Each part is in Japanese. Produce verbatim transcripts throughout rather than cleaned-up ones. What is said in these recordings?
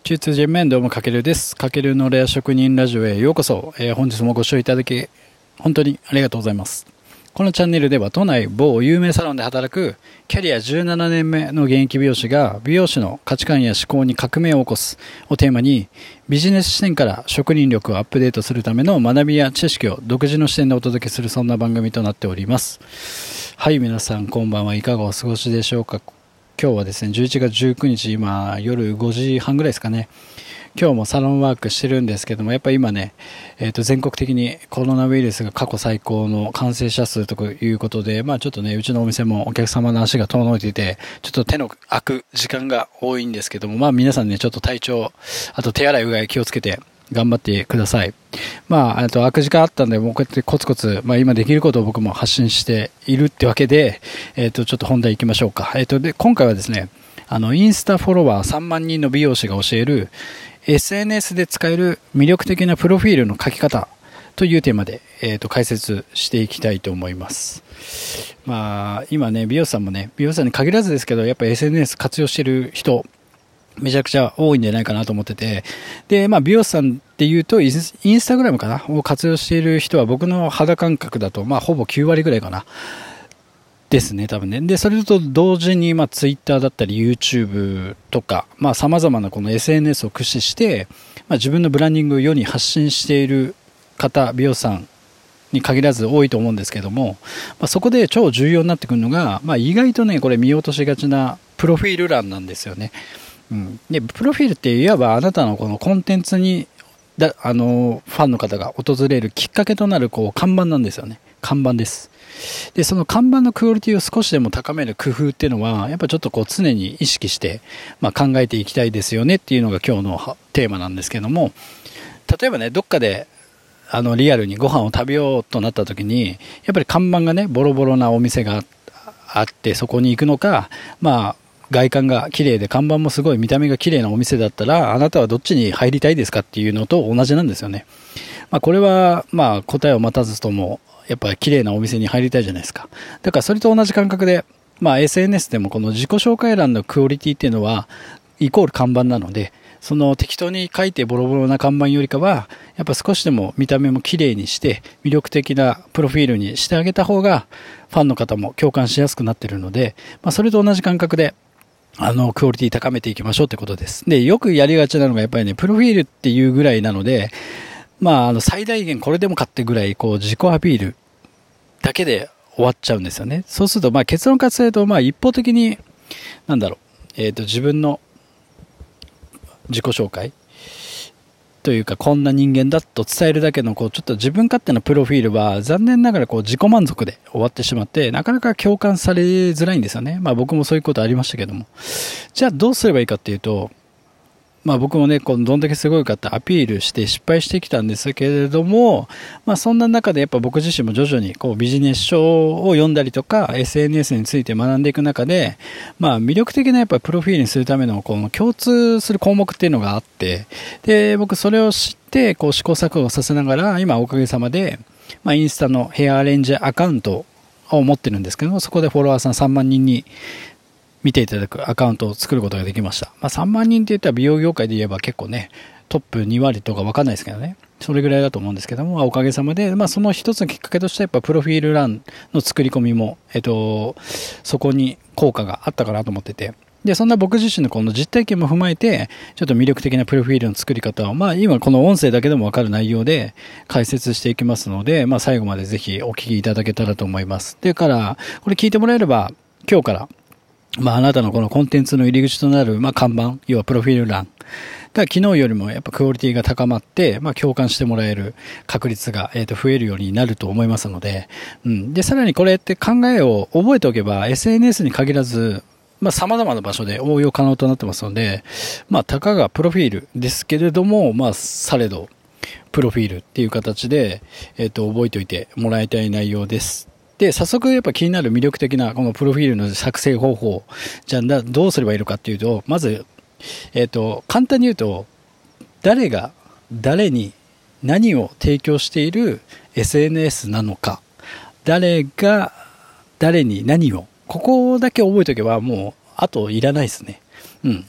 中通人面どうもかけるです。かけるのレア職人ラジオへようこそ、えー、本日もご視聴いただき本当にありがとうございます。このチャンネルでは都内某有名サロンで働くキャリアじゅうななねんめの現役美容師が美容師の価値観や思考に革命を起こすをテーマに、ビジネス視点から職人力をアップデートするための学びや知識を独自の視点でお届けする、そんな番組となっております。はい、皆さんこんばんは。いかがお過ごしでしょうか。今日はですね、じゅういちがつじゅうくにち、今夜ごじはんぐらいですかね。今日もサロンワークしてるんですけども、やっぱり今ね、えー、と全国的にコロナウイルスが過去最高の感染者数ということで、まあちょっとね、うちのお店もお客様の足が遠のいていて、ちょっと手の空く時間が多いんですけども、まあ皆さんね、ちょっと体調、あと手洗いうがい気をつけて頑張ってください。まあ、あと空く時間あったんで、もうこうやってコツコツ、まあ今できることを僕も発信しているってわけで、えっ、ー、と、ちょっと本題行きましょうか。えっ、ー、と、で、今回はですね、あの、インスタフォロワーさんまんにんの美容師が教える、エスエヌエス で使える魅力的なプロフィールの書き方というテーマで、えーと、解説していきたいと思います。まあ、今ね、美容師さんもね、美容師さんに限らずですけど、やっぱり エスエヌエス 活用してる人、めちゃくちゃ多いんじゃないかなと思ってて、で、まあ、美容師さんっていうと、インスタグラムかなを活用している人は、僕の肌感覚だと、まあ、ほぼきゅうわりぐらいかな。ですね、多分ね。で、それと同時に、まあ、ツイッターだったり、YouTube とか、まあ、様々なこの エスエヌエス を駆使して、まあ、自分のブランディングを世に発信している方、美容師さんに限らず多いと思うんですけども、まあ、そこで超重要になってくるのが、まあ、意外とね、これ見落としがちなプロフィール欄なんですよね。うん。で、プロフィールっていわばあなたのこのコンテンツに、だあの、ファンの方が訪れるきっかけとなる、こう、看板なんですよね。看板です。で、その看板のクオリティを少しでも高める工夫っていうのは、やっぱちょっとこう常に意識して、まあ、考えていきたいですよねっていうのが今日のテーマなんですけども、例えばね、どっかであのリアルにご飯を食べようとなった時に、やっぱり看板がね、ボロボロなお店があってそこに行くのか、まあ外観が綺麗で看板もすごい見た目が綺麗なお店だったら、あなたはどっちに入りたいですかっていうのと同じなんですよね。まあ、これはまあ答えを待たずとも、やっぱり綺麗なお店に入りたいじゃないですか。だからそれと同じ感覚で、まあ エスエヌエス でもこの自己紹介欄のクオリティっていうのはイコール看板なので、その適当に書いてボロボロな看板よりかは、やっぱ少しでも見た目も綺麗にして魅力的なプロフィールにしてあげた方が、ファンの方も共感しやすくなっているので、まあそれと同じ感覚で、あの、クオリティ高めていきましょうってことです。で、よくやりがちなのがやっぱりね、プロフィールっていうぐらいなので、まあ、あの、最大限これでもかってぐらい、こう、自己アピールだけで終わっちゃうんですよね。そうすると、まあ、結論からすると、まあ、一方的に、なんだろう、えっと、自分の自己紹介というか、こんな人間だと伝えるだけの、こう、ちょっと自分勝手なプロフィールは、残念ながら、こう、自己満足で終わってしまって、なかなか共感されづらいんですよね。まあ、僕もそういうことありましたけども。じゃあ、どうすればいいかっていうと、まあ僕もね、こうどんだけすごいかってアピールして失敗してきたんですけれども、まあそんな中でやっぱ僕自身も徐々にこうビジネス書を読んだりとか エスエヌエス について学んでいく中で、まあ魅力的なやっぱプロフィールにするためのこの共通する項目っていうのがあって、で、僕それを知ってこう試行錯誤させながら、今おかげさまで、まあインスタのヘアアレンジアカウントを持ってるんですけども、そこでフォロワーさんさんまんにんに見ていただくアカウントを作ることができました。まあ、さんまんにんって言ったら美容業界で言えば結構ね、トップにわりとか分かんないですけどね、それぐらいだと思うんですけども、おかげさまで、まあ、その一つのきっかけとしてやっぱプロフィール欄の作り込みも、えっと、そこに効果があったかなと思ってて、で、そんな僕自身のこの実体験も踏まえて、ちょっと魅力的なプロフィールの作り方を、まあ今この音声だけでもわかる内容で解説していきますので、まあ最後までぜひお聞きいただけたらと思います。でから、これ聞いてもらえれば、今日から、まあ、あなたのこのコンテンツの入り口となる、まあ、看板、要はプロフィール欄が昨日よりもやっぱクオリティが高まって、まあ、共感してもらえる確率が、えっと、増えるようになると思いますので、うん。で、さらにこれって考えを覚えておけば、エスエヌエス に限らず、まあ、様々な場所で応用可能となってますので、まあ、たかがプロフィールですけれども、まあ、されど、プロフィールっていう形で、えっと、覚えておいてもらいたい内容です。で、早速やっぱ気になる魅力的なこのプロフィールの作成方法。じゃあどうすればいいのかっていうと、まず、えっと、簡単に言うと、誰が誰に何を提供している エスエヌエス なのか。誰が誰に何を。ここだけ覚えておけばもう、あといらないですね。うん。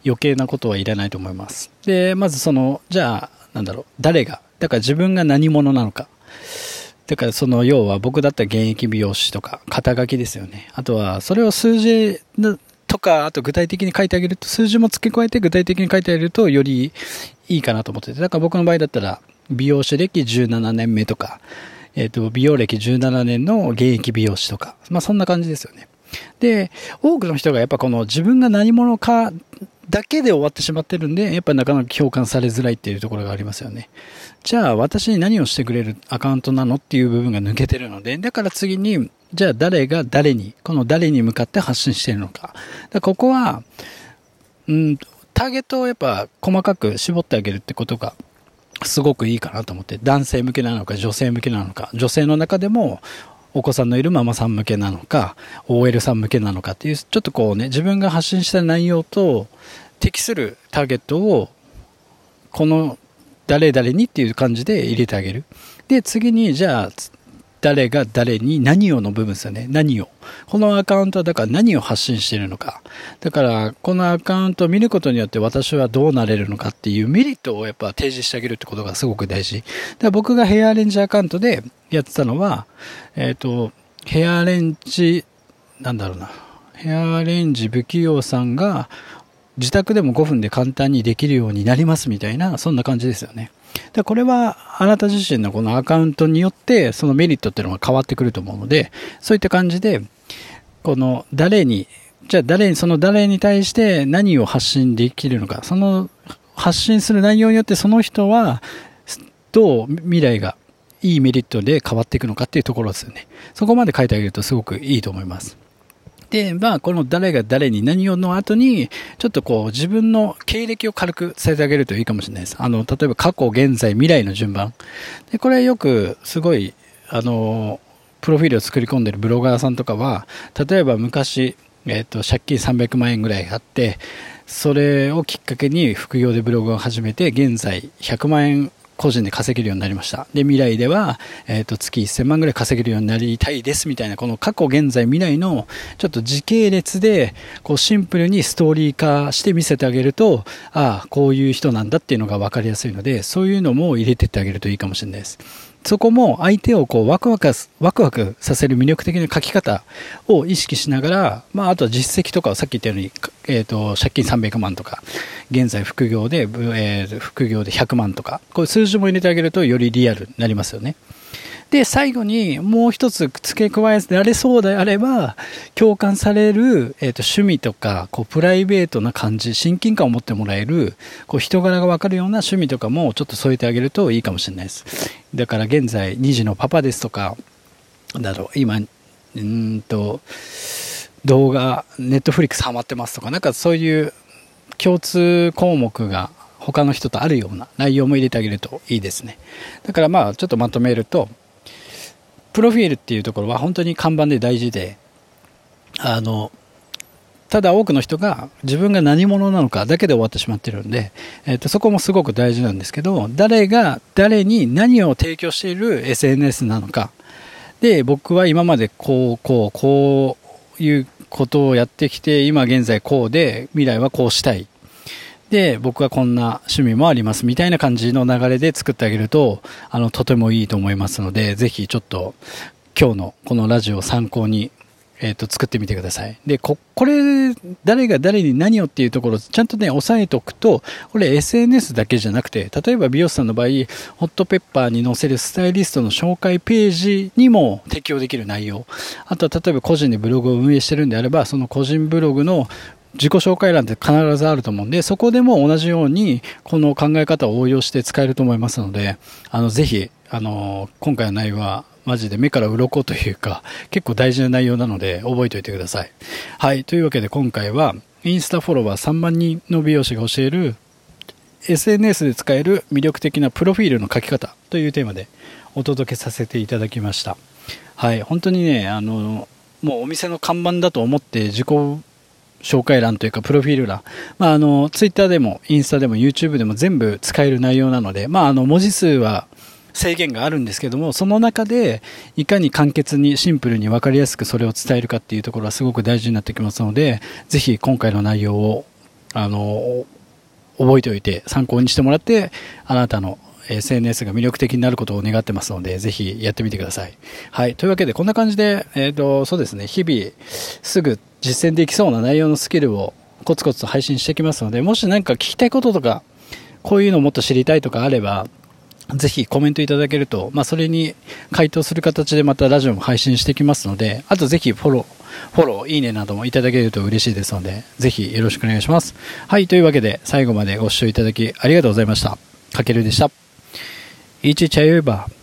余計なことはいらないと思います。で、まずその、じゃあ、なんだろう、誰が、だから自分が何者なのか。だからその、要は僕だったら現役美容師とか、肩書きですよね。あとは、それを数字とか、あと具体的に書いてあげると、数字も付け加えて具体的に書いてあげると、よりいいかなと思ってて。だから僕の場合だったら、美容師歴じゅうななねんめとか、えっと、美容歴じゅうななねんの現役美容師とか、まあそんな感じですよね。で、多くの人がやっぱこの自分が何者かだけで終わってしまってるんで、やっぱなかなか共感されづらいっていうところがありますよね。じゃあ私に何をしてくれるアカウントなのっていう部分が抜けてるので、だから次に、じゃあ誰が誰に、この誰に向かって発信しているのか。だからここは、うん、ターゲットをやっぱ細かく絞ってあげるってことがすごくいいかなと思って、男性向けなのか女性向けなのか、女性の中でもお子さんのいるママさん向けなのか オーエル さん向けなのかっていう、ちょっとこうね、自分が発信した内容と適するターゲットをこの誰々にっていう感じで入れてあげる。で次に、じゃあ誰が誰に何をの部分ですよね。何を。このアカウントはだから何を発信しているのか。だからこのアカウントを見ることによって私はどうなれるのかっていうメリットをやっぱ提示してあげるってことがすごく大事。だから僕がヘアアレンジアカウントでやってたのは、えっと、ヘアアレンジ、なんだろうな。ヘアアレンジ不器用さんが自宅でもごふんで簡単にできるようになりますみたいな、そんな感じですよね。でこれはあなた自身のこのアカウントによってそのメリットっていうのが変わってくると思うので、そういった感じでこの誰に、じゃあ誰に、その誰に対して何を発信できるのか、その発信する内容によってその人はどう未来がいいメリットで変わっていくのかっていうところですよね。そこまで書いてあげるとすごくいいと思います。で、まあ、この誰が誰に何をの後に、ちょっとこう、自分の経歴を軽く伝えてあげるといいかもしれないです。あの、例えば過去、現在、未来の順番。で、これよく、すごい、あの、プロフィールを作り込んでるブロガーさんとかは、例えば昔、えっと、借金さんびゃくまんえんぐらいあって、それをきっかけに副業でブログを始めて、現在ひゃくまんえん個人で稼げるようになりました。で、未来では、えっと、月せんまんぐらい稼げるようになりたいですみたいな、この過去、現在、未来のちょっと時系列で、こうシンプルにストーリー化して見せてあげると、ああ、こういう人なんだっていうのが分かりやすいので、そういうのも入れてってあげるといいかもしれないです。そこも相手をこうワクワク、ワクワクさせる魅力的な書き方を意識しながら、まあ、あとは実績とかをさっき言ったように、えっと、借金さんびゃくまんとか、現在副業で、えー、副業でひゃくまんとか、こういう数字も入れてあげるとよりリアルになりますよね。で、最後にもう一つ付け加えられそうであれば、共感される、えーと、趣味とか、こう、プライベートな感じ、親近感を持ってもらえる、こう、人柄がわかるような趣味とかもちょっと添えてあげるといいかもしれないです。だから現在、に児のパパですとか、だろう、今、うーんと、動画、ネットフリックスハマってますとか、なんかそういう共通項目が他の人とあるような内容も入れてあげるといいですね。だからまあ、ちょっとまとめると、プロフィールっていうところは本当に看板で大事で、あの、ただ多くの人が自分が何者なのかだけで終わってしまってるんで、えっと、そこもすごく大事なんですけど、誰が誰に何を提供している エスエヌエス なのか。で、僕は今までこう、こう、こういうことをやってきて、今現在こうで、未来はこうしたい。で、僕はこんな趣味もありますみたいな感じの流れで作ってあげると、あの、とてもいいと思いますので、ぜひちょっと今日のこのラジオを参考に、えっと、作ってみてください。で、こ、これ、誰が誰に何をっていうところをちゃんとね、押さえておくと、これ エスエヌエス だけじゃなくて、例えば美容師さんの場合、ホットペッパーに載せるスタイリストの紹介ページにも適用できる内容。あとは例えば個人でブログを運営してるんであれば、その個人ブログの自己紹介欄って必ずあると思うんで、そこでも同じようにこの考え方を応用して使えると思いますので、あのぜひあの今回の内容はマジで目から鱗というか結構大事な内容なので覚えておいてください。はい、というわけで今回はインスタフォロワーさんまんにんの美容師が教える エスエヌエス で使える魅力的なプロフィールの書き方というテーマでお届けさせていただきました。はい、本当にね、あのもうお店の看板だと思って自己紹介欄というかプロフィール欄、まあ、あのツイッターでもインスタでも YouTube でも全部使える内容なので、まあ、あの文字数は制限があるんですけども、その中でいかに簡潔にシンプルに分かりやすくそれを伝えるかっていうところはすごく大事になってきますので、ぜひ今回の内容をあの、覚えておいて参考にしてもらって、あなたの エスエヌエス が魅力的になることを願ってますので、ぜひやってみてください。はい。というわけで、こんな感じで、えっと、そうですね、日々すぐ実践できそうな内容のスキルをコツコツと配信していきますので、もし何か聞きたいこととか、こういうのをもっと知りたいとかあれば、ぜひコメントいただけると、まあ、それに回答する形でまたラジオも配信していきますので、あとぜひフォロー、フォロー、いいねなどもいただけると嬉しいですので、ぜひよろしくお願いします。はい、というわけで最後までご視聴いただきありがとうございました。かけるでした。いちチャイユーバー。